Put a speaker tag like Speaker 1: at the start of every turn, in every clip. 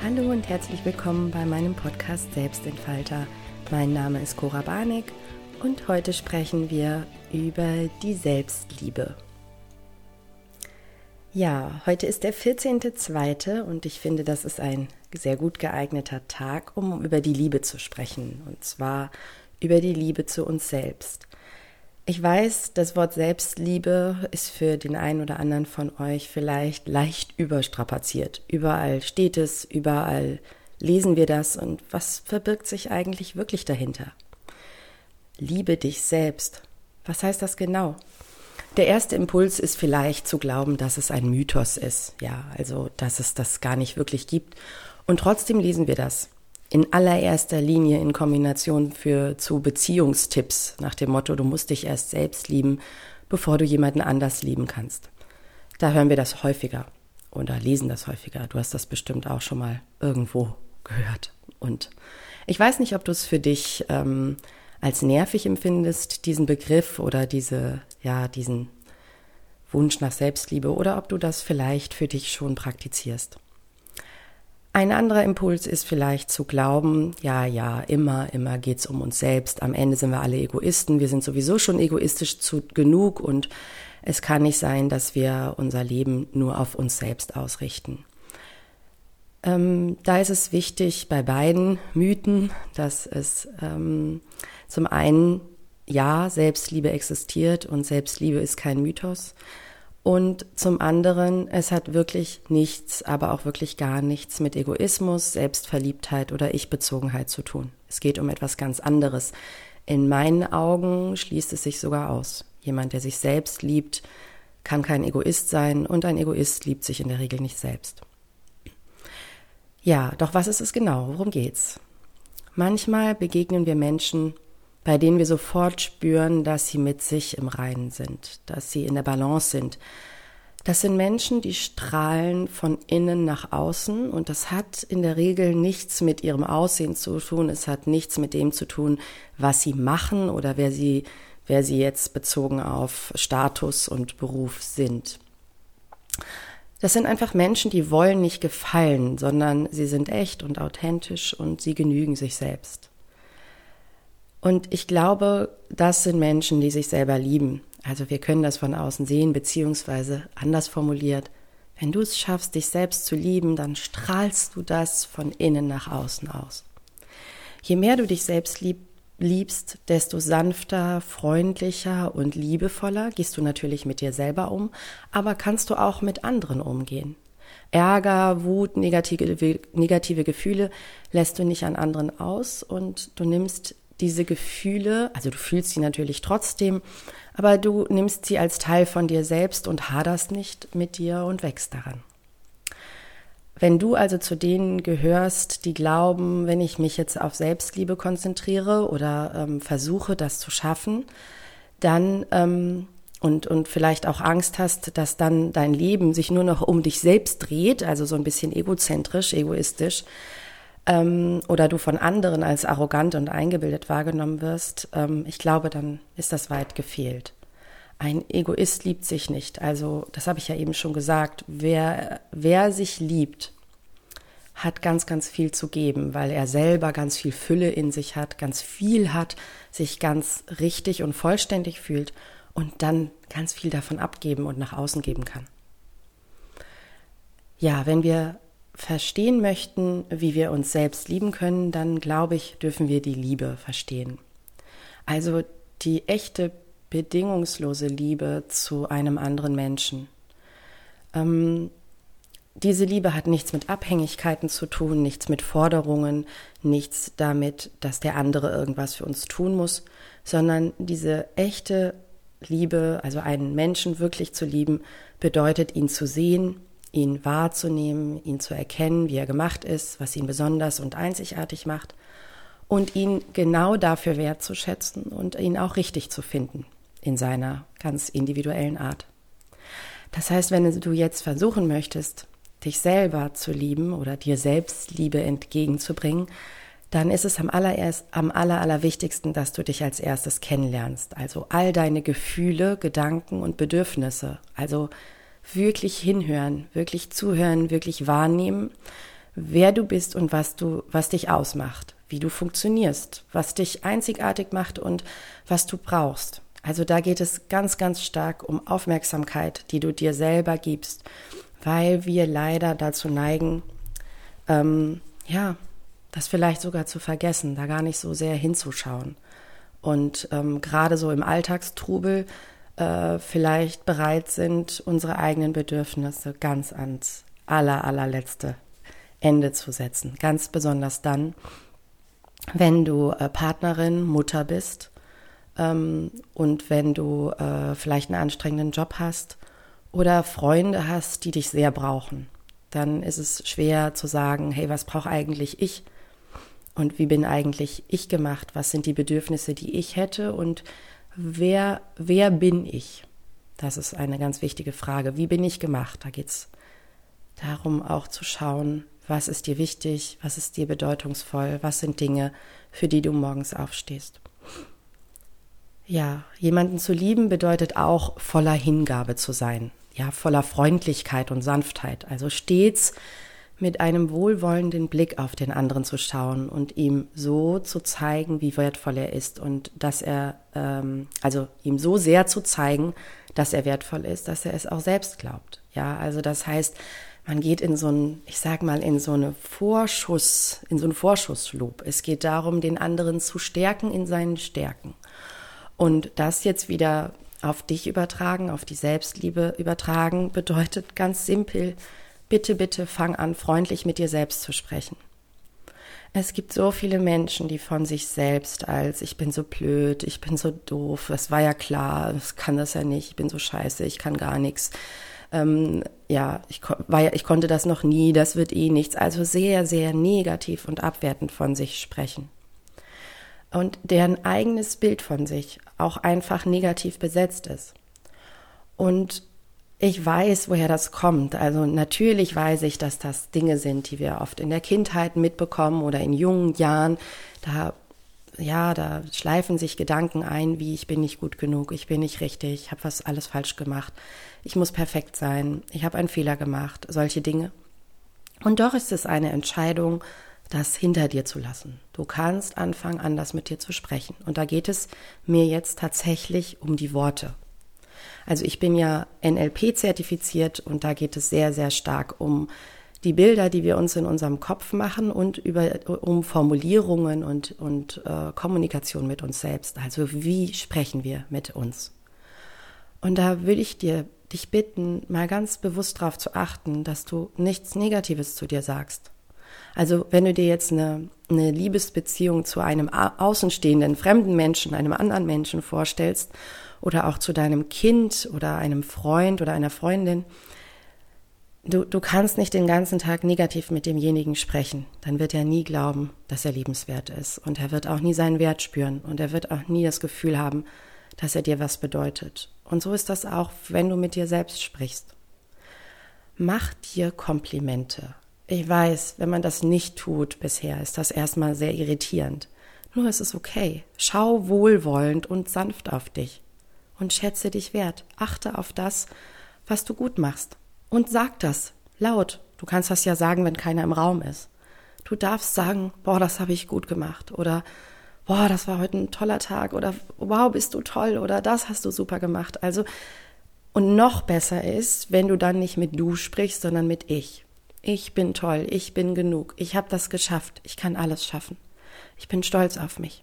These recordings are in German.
Speaker 1: Hallo und herzlich willkommen bei meinem Podcast Selbstentfalter. Mein Name ist Cora Barnick und heute sprechen wir über die Selbstliebe. Ja, heute ist der 14.02. und ich finde, das ist ein sehr gut geeigneter Tag, um über die Liebe zu sprechen, und zwar über die Liebe zu uns selbst. Ich weiß, das Wort Selbstliebe ist für den einen oder anderen von euch vielleicht leicht überstrapaziert. Überall steht es, überall lesen wir das, und was verbirgt sich eigentlich wirklich dahinter? Liebe dich selbst. Was heißt das genau? Der erste Impuls ist vielleicht zu glauben, dass es ein Mythos ist. Ja, also dass es das gar nicht wirklich gibt. Und trotzdem lesen wir das. In allererster Linie in Kombination zu Beziehungstipps nach dem Motto, du musst dich erst selbst lieben, bevor du jemanden anders lieben kannst. Da hören wir das häufiger oder lesen das häufiger. Du hast das bestimmt auch schon mal irgendwo gehört. Und ich weiß nicht, ob du es für dich als nervig empfindest, diesen Begriff oder diesen Wunsch nach Selbstliebe, oder ob du das vielleicht für dich schon praktizierst. Ein anderer Impuls ist vielleicht zu glauben, immer geht's um uns selbst. Am Ende sind wir alle Egoisten. Wir sind sowieso schon egoistisch genug, und es kann nicht sein, dass wir unser Leben nur auf uns selbst ausrichten. Da ist es wichtig bei beiden Mythen, dass es zum einen, Selbstliebe existiert und Selbstliebe ist kein Mythos. Und zum anderen, es hat wirklich nichts, aber auch wirklich gar nichts mit Egoismus, Selbstverliebtheit oder Ich-Bezogenheit zu tun. Es geht um etwas ganz anderes. In meinen Augen schließt es sich sogar aus. Jemand, der sich selbst liebt, kann kein Egoist sein, und ein Egoist liebt sich in der Regel nicht selbst. Ja, doch was ist es genau? Worum geht's? Manchmal begegnen wir Menschen, bei denen wir sofort spüren, dass sie mit sich im Reinen sind, dass sie in der Balance sind. Das sind Menschen, die strahlen von innen nach außen, und das hat in der Regel nichts mit ihrem Aussehen zu tun, es hat nichts mit dem zu tun, was sie machen oder wer sie jetzt bezogen auf Status und Beruf sind. Das sind einfach Menschen, die wollen nicht gefallen, sondern sie sind echt und authentisch und sie genügen sich selbst. Und ich glaube, das sind Menschen, die sich selber lieben. Also wir können das von außen sehen, beziehungsweise anders formuliert: Wenn du es schaffst, dich selbst zu lieben, dann strahlst du das von innen nach außen aus. Je mehr du dich selbst liebst, desto sanfter, freundlicher und liebevoller gehst du natürlich mit dir selber um, aber kannst du auch mit anderen umgehen. Ärger, Wut, negative Gefühle lässt du nicht an anderen aus, und du nimmst diese Gefühle, also du fühlst sie natürlich trotzdem, aber du nimmst sie als Teil von dir selbst und haderst nicht mit dir und wächst daran. Wenn du also zu denen gehörst, die glauben, wenn ich mich jetzt auf Selbstliebe konzentriere oder versuche, das zu schaffen, dann und vielleicht auch Angst hast, dass dann dein Leben sich nur noch um dich selbst dreht, also so ein bisschen egozentrisch, egoistisch, oder du von anderen als arrogant und eingebildet wahrgenommen wirst, ich glaube, dann ist das weit gefehlt. Ein Egoist liebt sich nicht. Also, das habe ich ja eben schon gesagt. Wer sich liebt, hat ganz, ganz viel zu geben, weil er selber ganz viel Fülle in sich hat, ganz viel hat, sich ganz richtig und vollständig fühlt und dann ganz viel davon abgeben und nach außen geben kann. Ja, wenn wir verstehen möchten, wie wir uns selbst lieben können, dann glaube ich, dürfen wir die Liebe verstehen. Also die echte, bedingungslose Liebe zu einem anderen Menschen. Diese Liebe hat nichts mit Abhängigkeiten zu tun, nichts mit Forderungen, nichts damit, dass der andere irgendwas für uns tun muss, sondern diese echte Liebe, also einen Menschen wirklich zu lieben, bedeutet, ihn zu sehen, ihn wahrzunehmen, ihn zu erkennen, wie er gemacht ist, was ihn besonders und einzigartig macht, und ihn genau dafür wertzuschätzen und ihn auch richtig zu finden in seiner ganz individuellen Art. Das heißt, wenn du jetzt versuchen möchtest, dich selber zu lieben oder dir Selbstliebe entgegenzubringen, dann ist es am allerwichtigsten, dass du dich als erstes kennenlernst. Also all deine Gefühle, Gedanken und Bedürfnisse. Also wirklich hinhören, wirklich zuhören, wirklich wahrnehmen, wer du bist und was dich ausmacht, wie du funktionierst, was dich einzigartig macht und was du brauchst. Also da geht es ganz, ganz stark um Aufmerksamkeit, die du dir selber gibst, weil wir leider dazu neigen, das vielleicht sogar zu vergessen, da gar nicht so sehr hinzuschauen. Und gerade so im Alltagstrubel vielleicht bereit sind, unsere eigenen Bedürfnisse ganz ans allerletzte Ende zu setzen. Ganz besonders dann, wenn du Partnerin, Mutter bist und wenn du vielleicht einen anstrengenden Job hast oder Freunde hast, die dich sehr brauchen. Dann ist es schwer zu sagen, hey, was brauche eigentlich ich? Und wie bin eigentlich ich gemacht? Was sind die Bedürfnisse, die ich hätte? Und wer bin ich? Das ist eine ganz wichtige Frage. Wie bin ich gemacht? Da geht es darum, auch zu schauen, was ist dir wichtig, was ist dir bedeutungsvoll, was sind Dinge, für die du morgens aufstehst. Ja, jemanden zu lieben bedeutet auch voller Hingabe zu sein, ja, voller Freundlichkeit und Sanftheit, also stets mit einem wohlwollenden Blick auf den anderen zu schauen und ihm so zu zeigen, wie wertvoll er ist und dass er, also ihm so sehr zu zeigen, dass er wertvoll ist, dass er es auch selbst glaubt. Ja, also das heißt, man geht in so einen, ich sag mal, in so einen Vorschussloop. Es geht darum, den anderen zu stärken in seinen Stärken. Und das jetzt wieder auf dich übertragen, auf die Selbstliebe übertragen, bedeutet ganz simpel, bitte fang an, freundlich mit dir selbst zu sprechen. Es gibt so viele Menschen, die von sich selbst als ich bin so blöd, ich bin so doof, das war ja klar, ich kann das ja nicht, ich bin so scheiße, ich kann gar nichts. Ich konnte das noch nie, das wird eh nichts. Also sehr, sehr negativ und abwertend von sich sprechen. Und deren eigenes Bild von sich auch einfach negativ besetzt ist. Und ich weiß, woher das kommt. Also natürlich weiß ich, dass das Dinge sind, die wir oft in der Kindheit mitbekommen oder in jungen Jahren. Da schleifen sich Gedanken ein, wie ich bin nicht gut genug, ich bin nicht richtig, ich habe was alles falsch gemacht, ich muss perfekt sein, ich habe einen Fehler gemacht, solche Dinge. Und doch ist es eine Entscheidung, das hinter dir zu lassen. Du kannst anfangen, anders mit dir zu sprechen. Und da geht es mir jetzt tatsächlich um die Worte. Also ich bin ja NLP zertifiziert und da geht es sehr, sehr stark um die Bilder, die wir uns in unserem Kopf machen und um Formulierungen und Kommunikation mit uns selbst. Also wie sprechen wir mit uns? Und da würde ich dich bitten, mal ganz bewusst darauf zu achten, dass du nichts Negatives zu dir sagst. Also wenn du dir jetzt eine Liebesbeziehung zu einem außenstehenden, fremden Menschen, einem anderen Menschen vorstellst oder auch zu deinem Kind oder einem Freund oder einer Freundin, du kannst nicht den ganzen Tag negativ mit demjenigen sprechen. Dann wird er nie glauben, dass er liebenswert ist. Und er wird auch nie seinen Wert spüren. Und er wird auch nie das Gefühl haben, dass er dir was bedeutet. Und so ist das auch, wenn du mit dir selbst sprichst. Mach dir Komplimente. Ich weiß, wenn man das nicht tut bisher, ist das erstmal sehr irritierend. Nur ist es okay. Schau wohlwollend und sanft auf dich. Und schätze dich wert. Achte auf das, was du gut machst. Und sag das laut. Du kannst das ja sagen, wenn keiner im Raum ist. Du darfst sagen, boah, das habe ich gut gemacht. Oder, boah, das war heute ein toller Tag. Oder, wow, bist du toll. Oder, das hast du super gemacht. Also, und noch besser ist, wenn du dann nicht mit du sprichst, sondern mit ich. Ich bin toll, ich bin genug. Ich habe das geschafft. Ich kann alles schaffen. Ich bin stolz auf mich.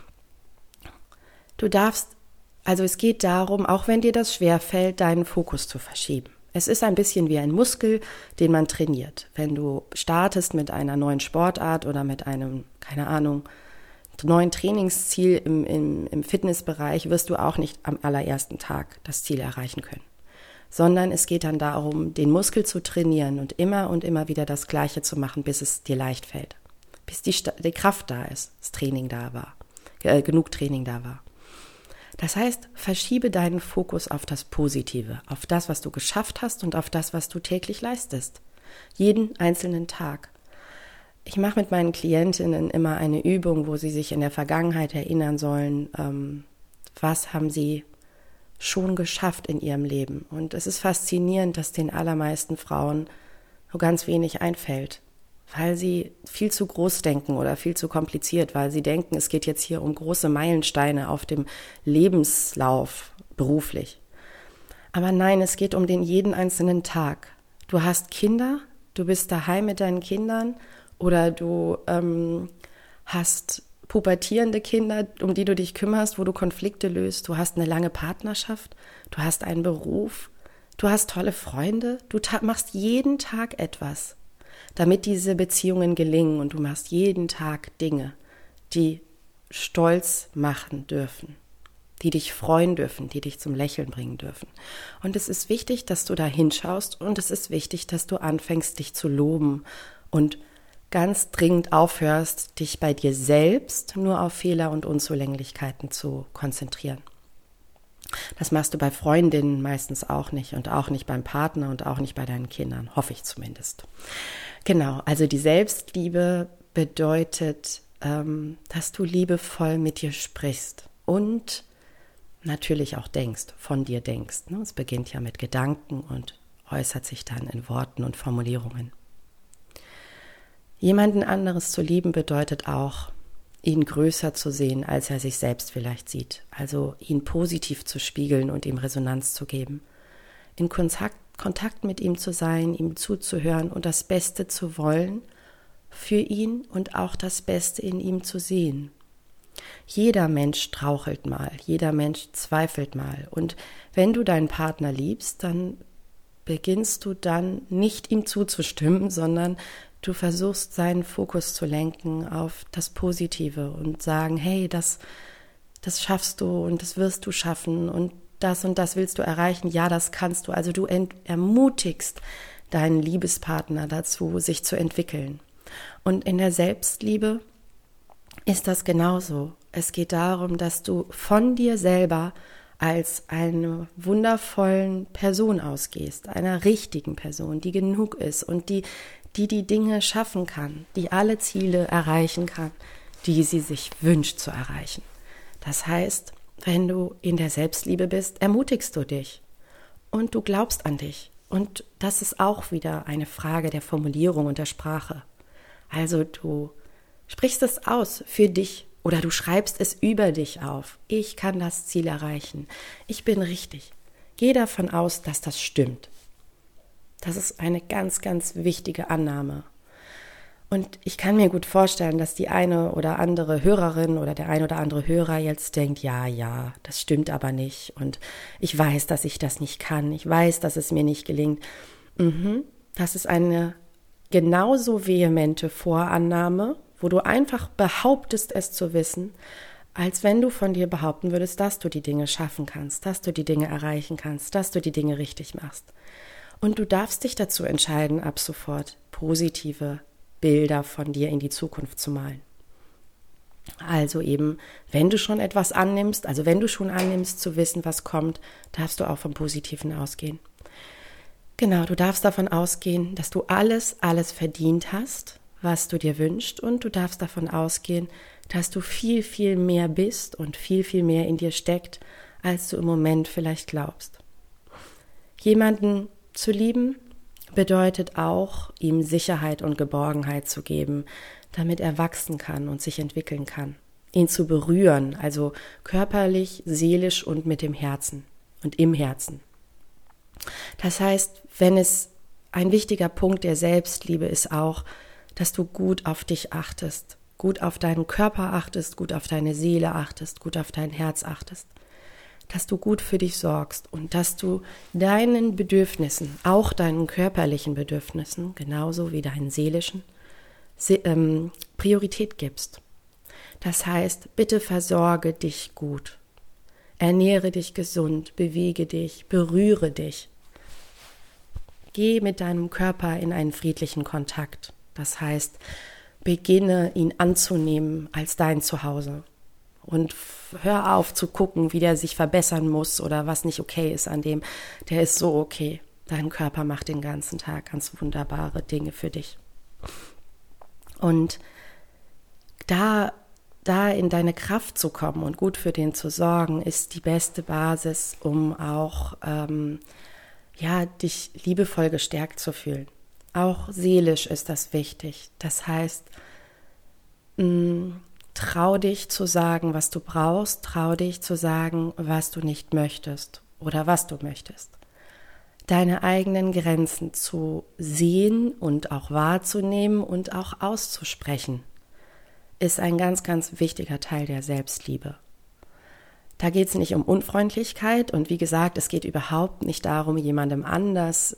Speaker 1: Du darfst, also es geht darum, auch wenn dir das schwerfällt, deinen Fokus zu verschieben. Es ist ein bisschen wie ein Muskel, den man trainiert. Wenn du startest mit einer neuen Sportart oder mit einem, keine Ahnung, neuen Trainingsziel im Fitnessbereich, wirst du auch nicht am allerersten Tag das Ziel erreichen können. Sondern es geht dann darum, den Muskel zu trainieren und immer wieder das Gleiche zu machen, bis es dir leicht fällt. Bis die Kraft da ist, das Training da war, genug Training da war. Das heißt, verschiebe deinen Fokus auf das Positive, auf das, was du geschafft hast und auf das, was du täglich leistest. Jeden einzelnen Tag. Ich mache mit meinen Klientinnen immer eine Übung, wo sie sich in der Vergangenheit erinnern sollen, was haben sie schon geschafft in ihrem Leben. Und es ist faszinierend, dass den allermeisten Frauen nur ganz wenig einfällt. weil sie viel zu groß denken oder viel zu kompliziert, weil sie denken, es geht jetzt hier um große Meilensteine auf dem Lebenslauf beruflich. Aber nein, es geht um den jeden einzelnen Tag. Du hast Kinder, du bist daheim mit deinen Kindern oder du hast pubertierende Kinder, um die du dich kümmerst, wo du Konflikte löst. Du hast eine lange Partnerschaft, du hast einen Beruf, du hast tolle Freunde. Du machst jeden Tag etwas, damit diese Beziehungen gelingen. Und du machst jeden Tag Dinge, die stolz machen dürfen, die dich freuen dürfen, die dich zum Lächeln bringen dürfen. Und es ist wichtig, dass du da hinschaust und es ist wichtig, dass du anfängst, dich zu loben und ganz dringend aufhörst, dich bei dir selbst nur auf Fehler und Unzulänglichkeiten zu konzentrieren. Das machst du bei Freundinnen meistens auch nicht und auch nicht beim Partner und auch nicht bei deinen Kindern, hoffe ich zumindest. Genau, also die Selbstliebe bedeutet, dass du liebevoll mit dir sprichst und natürlich auch denkst, von dir denkst. Es beginnt ja mit Gedanken und äußert sich dann in Worten und Formulierungen. Jemanden anderes zu lieben bedeutet auch, ihn größer zu sehen, als er sich selbst vielleicht sieht. Also ihn positiv zu spiegeln und ihm Resonanz zu geben. In Kontakt mit ihm zu sein, ihm zuzuhören und das Beste zu wollen für ihn und auch das Beste in ihm zu sehen. Jeder Mensch strauchelt mal, jeder Mensch zweifelt mal. Und wenn du deinen Partner liebst, dann beginnst du dann nicht ihm zuzustimmen, sondern du versuchst, seinen Fokus zu lenken auf das Positive und sagen, hey, das schaffst du und das wirst du schaffen und das willst du erreichen. Ja, das kannst du. Also du ermutigst deinen Liebespartner dazu, sich zu entwickeln. Und in der Selbstliebe ist das genauso. Es geht darum, dass du von dir selber als eine wundervollen Person ausgehst, einer richtigen Person, die genug ist und die Dinge schaffen kann, die alle Ziele erreichen kann, die sie sich wünscht zu erreichen. Das heißt, wenn du in der Selbstliebe bist, ermutigst du dich und du glaubst an dich. Und das ist auch wieder eine Frage der Formulierung und der Sprache. Also du sprichst es aus für dich oder du schreibst es über dich auf. Ich kann das Ziel erreichen. Ich bin richtig. Geh davon aus, dass das stimmt. Das ist eine ganz, ganz wichtige Annahme. Und ich kann mir gut vorstellen, dass die eine oder andere Hörerin oder der ein oder andere Hörer jetzt denkt, ja, das stimmt aber nicht. Und ich weiß, dass ich das nicht kann. Ich weiß, dass es mir nicht gelingt. Das ist eine genauso vehemente Vorannahme, wo du einfach behauptest, es zu wissen, als wenn du von dir behaupten würdest, dass du die Dinge schaffen kannst, dass du die Dinge erreichen kannst, dass du die Dinge richtig machst. Und du darfst dich dazu entscheiden, ab sofort positive Bilder von dir in die Zukunft zu malen. Also eben, wenn du schon etwas annimmst, also wenn du schon annimmst zu wissen, was kommt, darfst du auch vom Positiven ausgehen. Genau, du darfst davon ausgehen, dass du alles verdient hast, was du dir wünschst, und du darfst davon ausgehen, dass du viel, viel mehr bist und viel, viel mehr in dir steckt, als du im Moment vielleicht glaubst. Jemanden zu lieben bedeutet auch, ihm Sicherheit und Geborgenheit zu geben, damit er wachsen kann und sich entwickeln kann. Ihn zu berühren, also körperlich, seelisch und mit dem Herzen und im Herzen. Das heißt, ein wichtiger Punkt der Selbstliebe ist auch, dass du gut auf dich achtest, gut auf deinen Körper achtest, gut auf deine Seele achtest, gut auf dein Herz achtest, dass du gut für dich sorgst und dass du deinen Bedürfnissen, auch deinen körperlichen Bedürfnissen, genauso wie deinen seelischen, Priorität gibst. Das heißt, bitte versorge dich gut, ernähre dich gesund, bewege dich, berühre dich. Geh mit deinem Körper in einen friedlichen Kontakt. Das heißt, beginne ihn anzunehmen als dein Zuhause. Und hör auf zu gucken, wie der sich verbessern muss oder was nicht okay ist an dem. Der ist so okay. Dein Körper macht den ganzen Tag ganz wunderbare Dinge für dich. Und da in deine Kraft zu kommen und gut für den zu sorgen, ist die beste Basis, um auch dich liebevoll gestärkt zu fühlen. Auch seelisch ist das wichtig. Das heißt, trau dich zu sagen, was du brauchst, trau dich zu sagen, was du nicht möchtest oder was du möchtest. Deine eigenen Grenzen zu sehen und auch wahrzunehmen und auch auszusprechen, ist ein ganz, ganz wichtiger Teil der Selbstliebe. Da geht es nicht um Unfreundlichkeit und wie gesagt, es geht überhaupt nicht darum, jemandem anders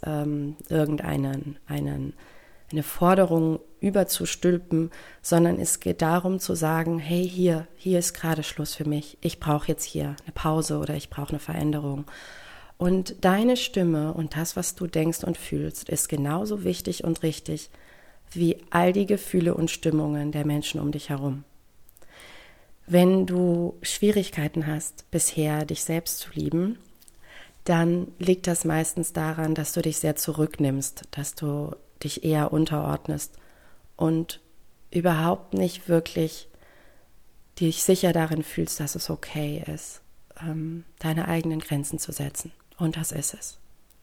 Speaker 1: eine Forderung überzustülpen, sondern es geht darum zu sagen, hey, hier ist gerade Schluss für mich, ich brauche jetzt hier eine Pause oder ich brauche eine Veränderung. Und deine Stimme und das, was du denkst und fühlst, ist genauso wichtig und richtig wie all die Gefühle und Stimmungen der Menschen um dich herum. Wenn du Schwierigkeiten hast, bisher dich selbst zu lieben, dann liegt das meistens daran, dass du dich sehr zurücknimmst, dass du dich eher unterordnest und überhaupt nicht wirklich dich sicher darin fühlst, dass es okay ist, deine eigenen Grenzen zu setzen. Und das ist es.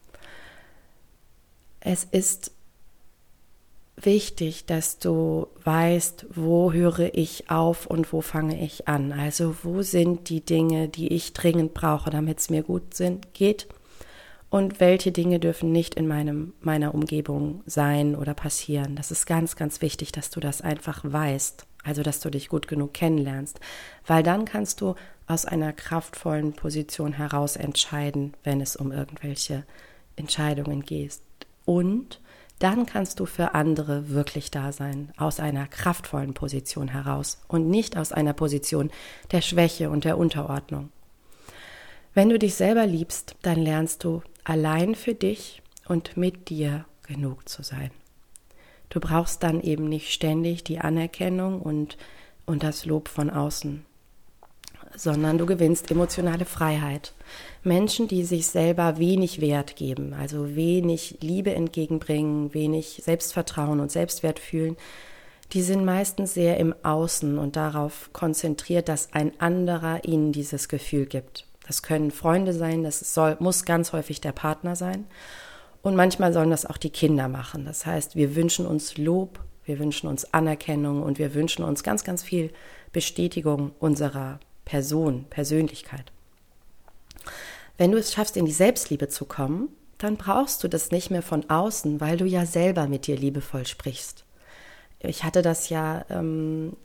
Speaker 1: Es ist wichtig, dass du weißt, wo höre ich auf und wo fange ich an. Also wo sind die Dinge, die ich dringend brauche, damit es mir gut geht und welche Dinge dürfen nicht in meiner Umgebung sein oder passieren. Das ist ganz, ganz wichtig, dass du das einfach weißt, also dass du dich gut genug kennenlernst, weil dann kannst du aus einer kraftvollen Position heraus entscheiden, wenn es um irgendwelche Entscheidungen geht. Und dann kannst du für andere wirklich da sein, aus einer kraftvollen Position heraus und nicht aus einer Position der Schwäche und der Unterordnung. Wenn du dich selber liebst, dann lernst du allein für dich und mit dir genug zu sein. Du brauchst dann eben nicht ständig die Anerkennung und das Lob von außen, sondern du gewinnst emotionale Freiheit. Menschen, die sich selber wenig Wert geben, also wenig Liebe entgegenbringen, wenig Selbstvertrauen und Selbstwert fühlen, die sind meistens sehr im Außen und darauf konzentriert, dass ein anderer ihnen dieses Gefühl gibt. Das können Freunde sein, muss ganz häufig der Partner sein und manchmal sollen das auch die Kinder machen. Das heißt, wir wünschen uns Lob, wir wünschen uns Anerkennung und wir wünschen uns ganz, ganz viel Bestätigung unserer Persönlichkeit. Wenn du es schaffst, in die Selbstliebe zu kommen, dann brauchst du das nicht mehr von außen, weil du ja selber mit dir liebevoll sprichst. Ich hatte das ja in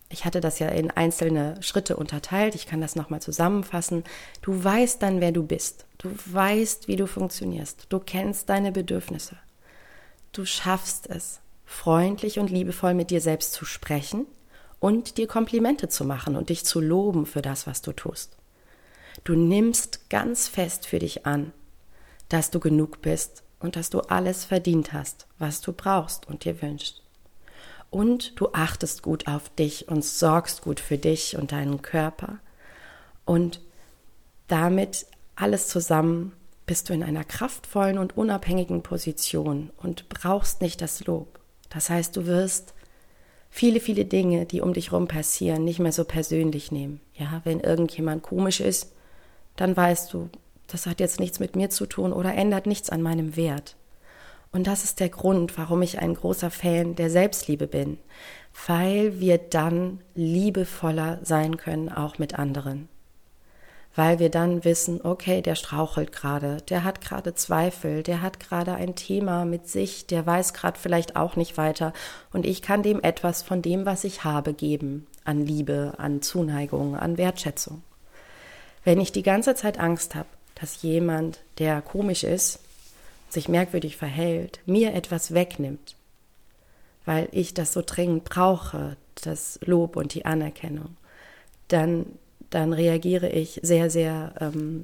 Speaker 1: einzelne Schritte unterteilt. Ich kann das nochmal zusammenfassen. Du weißt dann, wer du bist. Du weißt, wie du funktionierst. Du kennst deine Bedürfnisse. Du schaffst es, freundlich und liebevoll mit dir selbst zu sprechen und dir Komplimente zu machen und dich zu loben für das, was du tust. Du nimmst ganz fest für dich an, dass du genug bist und dass du alles verdient hast, was du brauchst und dir wünschst. Und du achtest gut auf dich und sorgst gut für dich und deinen Körper. Und damit alles zusammen bist du in einer kraftvollen und unabhängigen Position und brauchst nicht das Lob. Das heißt, du wirst viele, viele Dinge, die um dich herum passieren, nicht mehr so persönlich nehmen. Ja, wenn irgendjemand komisch ist, dann weißt du, das hat jetzt nichts mit mir zu tun oder ändert nichts an meinem Wert. Und das ist der Grund, warum ich ein großer Fan der Selbstliebe bin, weil wir dann liebevoller sein können, auch mit anderen. Weil wir dann wissen, okay, der strauchelt gerade, der hat gerade Zweifel, der hat gerade ein Thema mit sich, der weiß gerade vielleicht auch nicht weiter und ich kann dem etwas von dem, was ich habe, geben, an Liebe, an Zuneigung, an Wertschätzung. Wenn ich die ganze Zeit Angst habe, dass jemand, der komisch ist, sich merkwürdig verhält, mir etwas wegnimmt, weil ich das so dringend brauche, das Lob und die Anerkennung, dann reagiere ich sehr, sehr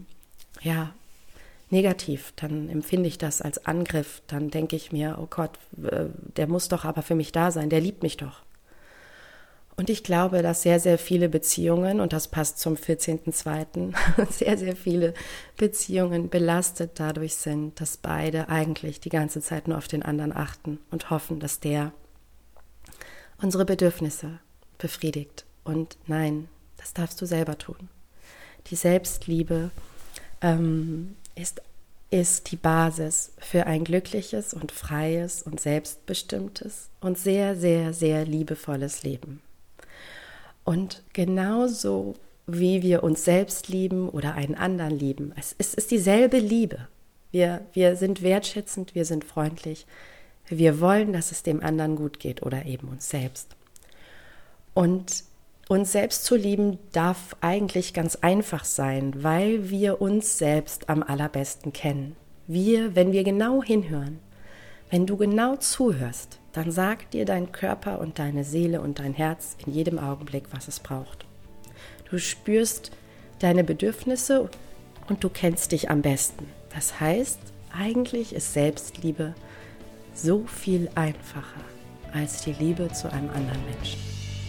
Speaker 1: negativ. Dann empfinde ich das als Angriff. Dann denke ich mir, oh Gott, der muss doch aber für mich da sein, der liebt mich doch. Und ich glaube, dass sehr, sehr viele Beziehungen, und das passt zum 14.02., sehr, sehr viele Beziehungen belastet dadurch sind, dass beide eigentlich die ganze Zeit nur auf den anderen achten und hoffen, dass der unsere Bedürfnisse befriedigt. Und nein, das darfst du selber tun. Die Selbstliebe ist ist die Basis für ein glückliches und freies und selbstbestimmtes und sehr, sehr, sehr liebevolles Leben. Und genauso wie wir uns selbst lieben oder einen anderen lieben, es ist dieselbe Liebe. Wir sind wertschätzend, wir sind freundlich, wir wollen, dass es dem anderen gut geht oder eben uns selbst. Und uns selbst zu lieben darf eigentlich ganz einfach sein, weil wir uns selbst am allerbesten kennen. Wenn wir genau hinhören, wenn du genau zuhörst, dann sagt dir dein Körper und deine Seele und dein Herz in jedem Augenblick, was es braucht. Du spürst deine Bedürfnisse und du kennst dich am besten. Das heißt, eigentlich ist Selbstliebe so viel einfacher als die Liebe zu einem anderen Menschen.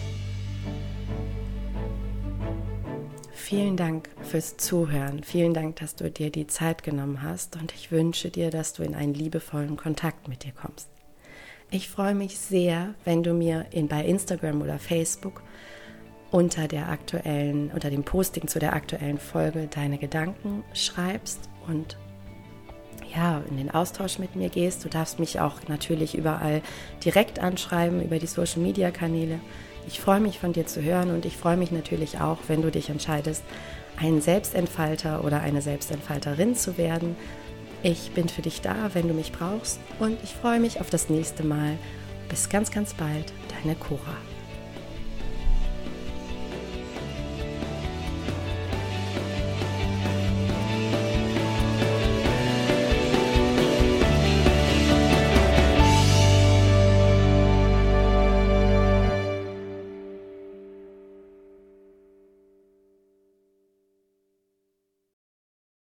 Speaker 1: Vielen Dank fürs Zuhören. Vielen Dank, dass du dir die Zeit genommen hast und ich wünsche dir, dass du in einen liebevollen Kontakt mit dir kommst. Ich freue mich sehr, wenn du mir bei Instagram oder Facebook unter dem Posting zu der aktuellen Folge deine Gedanken schreibst und in den Austausch mit mir gehst. Du darfst mich auch natürlich überall direkt anschreiben, über die Social-Media-Kanäle. Ich freue mich, von dir zu hören und ich freue mich natürlich auch, wenn du dich entscheidest, ein Selbstentfalter oder eine Selbstentfalterin zu werden. Ich bin für dich da, wenn du mich brauchst und ich freue mich auf das nächste Mal. Bis ganz, ganz bald, deine Cora.